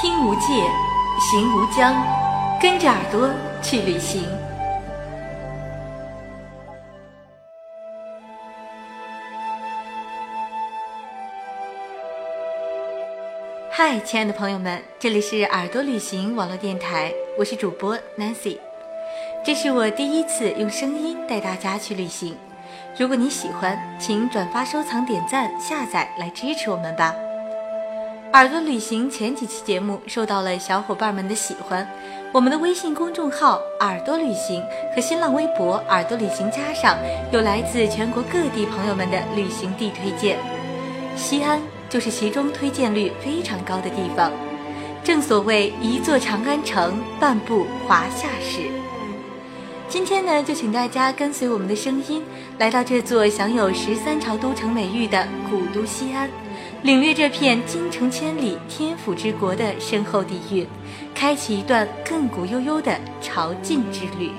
听无界，行无疆，跟着耳朵去旅行。嗨，亲爱的朋友们，这里是耳朵旅行网络电台，我是主播 Nancy。这是我第一次用声音带大家去旅行。如果你喜欢，请转发、收藏、点赞、下载来支持我们吧。耳朵旅行前几期节目受到了小伙伴们的喜欢，我们的微信公众号耳朵旅行和新浪微博耳朵旅行加上有来自全国各地朋友们的旅行地推荐。西安就是其中推荐率非常高的地方，正所谓一座长安城，半部华夏史。今天呢，就请大家跟随我们的声音，来到这座享有13朝都城美誉的古都西安，领略这片京城千里、天府之国的深厚底蕴，开启一段亘古悠悠的朝觐之旅。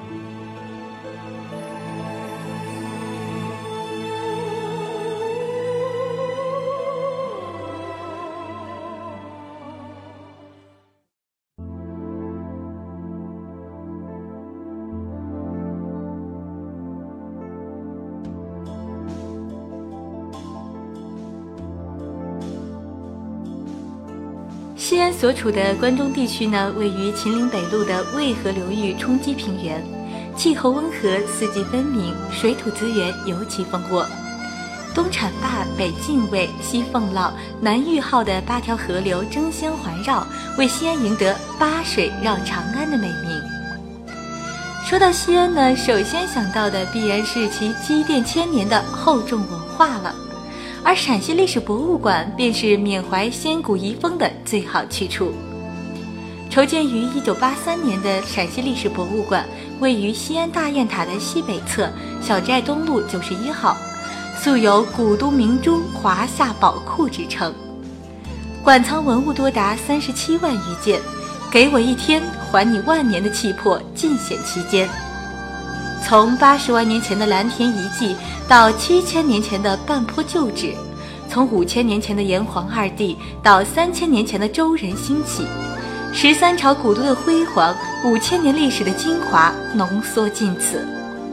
西安所处的关中地区呢，位于秦岭北路的渭河流域冲积平原，气候温和，四季分明，水土资源尤其丰沃。东浐灞、北泾渭、西凤涝、南峪号的8条河流争先环绕，为西安赢得“八水绕长安”的美名。说到西安呢，首先想到的必然是其积淀千年的厚重文化了。而陕西历史博物馆便是缅怀先古遗风的最好去处。筹建于1983年的陕西历史博物馆位于西安大雁塔的西北侧小寨东路91号，素有古都明珠、华夏宝库之称。馆藏文物多达37万余件，给我一天，还你万年的气魄尽显其间。从80万年前的蓝田遗迹到7000年前的半坡旧址，从5000年前的炎黄二帝到3000年前的周人兴起，13朝古都的辉煌，5000年历史的精华浓缩进此。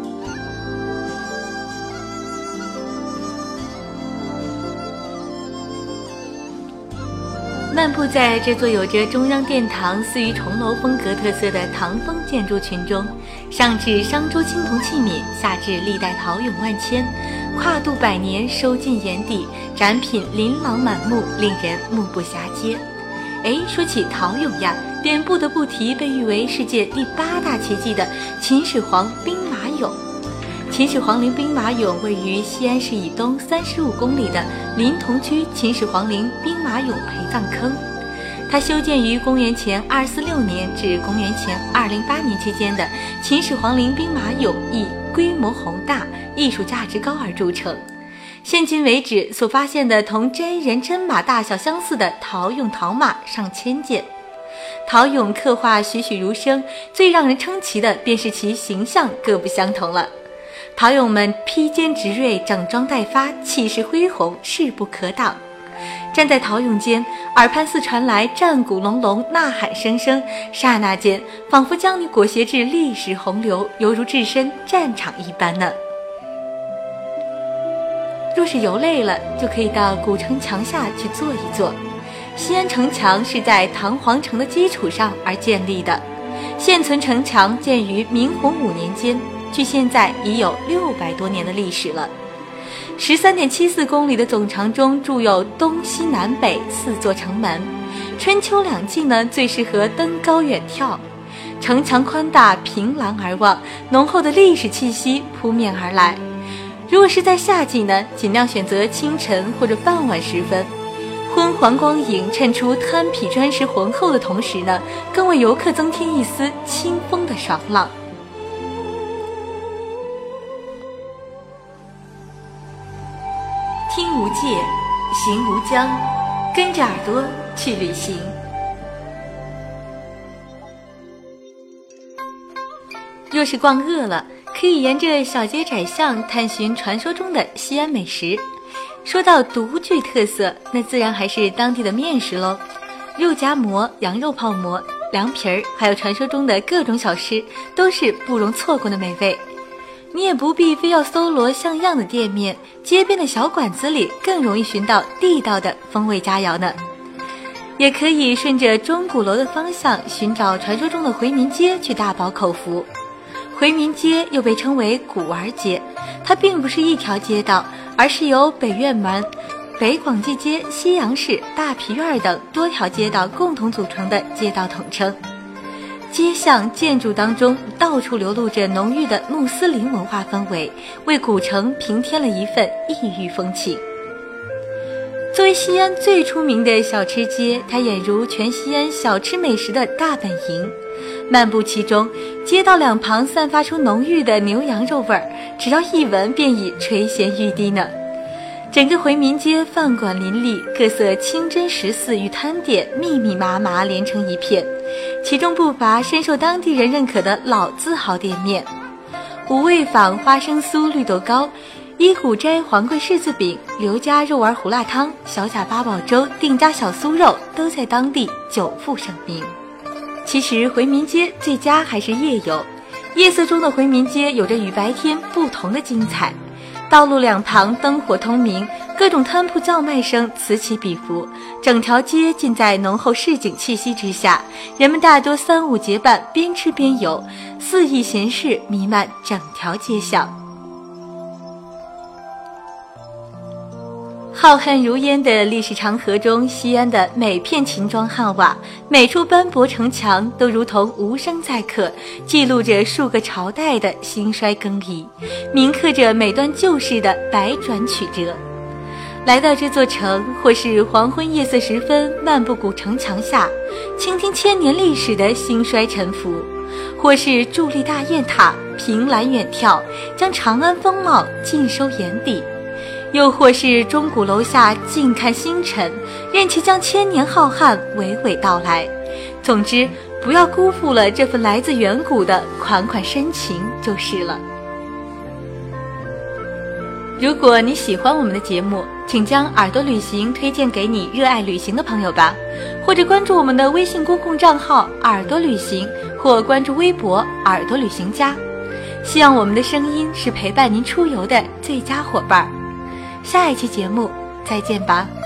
漫步在这座有着中央殿堂4余重楼风格特色的唐风建筑群中，上至商周青铜器皿，下至历代陶俑万千，跨度100年，收尽眼底，展品琳琅满目，令人目不暇接。说起陶俑呀，便不得不提被誉为世界第8大奇迹的秦始皇兵马俑。秦始皇陵兵马俑位于西安市以东35公里的临潼区秦始皇陵兵马俑陪葬坑。它修建于公元前246年至公元前208年期间的秦始皇陵兵马俑以规模宏大、艺术价值高而著称。现今为止所发现的同真人真马大小相似的陶俑陶马上千件。陶俑刻画栩栩如生，最让人称奇的便是其形象各不相同了。陶俑们披坚执锐，整装待发，气势恢宏，势不可挡。站在陶俑间，耳畔似传来战鼓隆隆，呐喊声声，刹那间仿佛将你裹挟至历史洪流，犹如置身战场一般呢。若是游累了，就可以到古城墙下去坐一坐。西安城墙是在唐皇城的基础上而建立的，现存城墙建于明洪5年间，距现在已有600多年的历史了。13.74公里的总长中筑有东西南北4座城门，春秋两季呢最适合登高远眺。城墙宽大，凭栏而望，浓厚的历史气息扑面而来。如果是在夏季呢，尽量选择清晨或者傍晚时分，昏黄光影衬出滩皮砖石浑厚的同时呢，更为游客增添一丝清风的爽朗。听无界，行无疆，跟着耳朵去旅行。若是逛饿了，可以沿着小街窄巷探寻传说中的西安美食。说到独具特色，那自然还是当地的面食喽。 肉夹馍、羊肉泡馍、凉皮儿，还有传说中的各种小吃，都是不容错过的美味。你也不必非要搜罗像样的店面，街边的小馆子里更容易寻到地道的风味佳肴呢。也可以顺着钟鼓楼的方向寻找传说中的回民街去大饱口福。回民街又被称为古玩街，它并不是一条街道，而是由北院门、北广济街、西洋市、大皮院等多条街道共同组成的街道统称。街巷建筑当中到处流露着浓郁的穆斯林文化氛围，为古城平添了一份异域风情。作为西安最出名的小吃街，它俨如全西安小吃美食的大本营。漫步其中，街道两旁散发出浓郁的牛羊肉味儿，只要一闻便已垂涎欲滴呢。整个回民街饭馆林立，各色清真食肆与摊点密密麻麻连成一片，其中不乏深受当地人认可的老字号店面。五味坊花生酥绿豆糕、一古斋黄桂柿子饼、刘家肉丸胡辣汤、小贾八宝粥、定家小酥肉都在当地久负盛名。其实回民街最佳还是夜游，夜色中的回民街有着与白天不同的精彩。道路两旁灯火通明，各种摊铺叫卖声此起彼伏，整条街浸在浓厚市井气息之下，人们大多三五结伴，边吃边游，肆意闲适弥漫整条街巷。浩瀚如烟的历史长河中，西安的每片秦庄汉瓦，每处斑驳城墙，都如同无声载客，记录着数个朝代的兴衰更替，铭刻着每段旧事的百转曲折。来到这座城，或是黄昏夜色时分漫步古城墙下，倾听千年历史的兴衰沉浮，或是伫立大雁塔，凭栏远眺，将长安风貌尽收眼底，又或是钟鼓楼下静看星辰，任其将千年浩瀚娓娓道来。总之，不要辜负了这份来自远古的款款深情就是了。如果你喜欢我们的节目，请将耳朵旅行推荐给你热爱旅行的朋友吧，或者关注我们的微信公共账号耳朵旅行，或关注微博耳朵旅行家。希望我们的声音是陪伴您出游的最佳伙伴。下一期节目再见吧。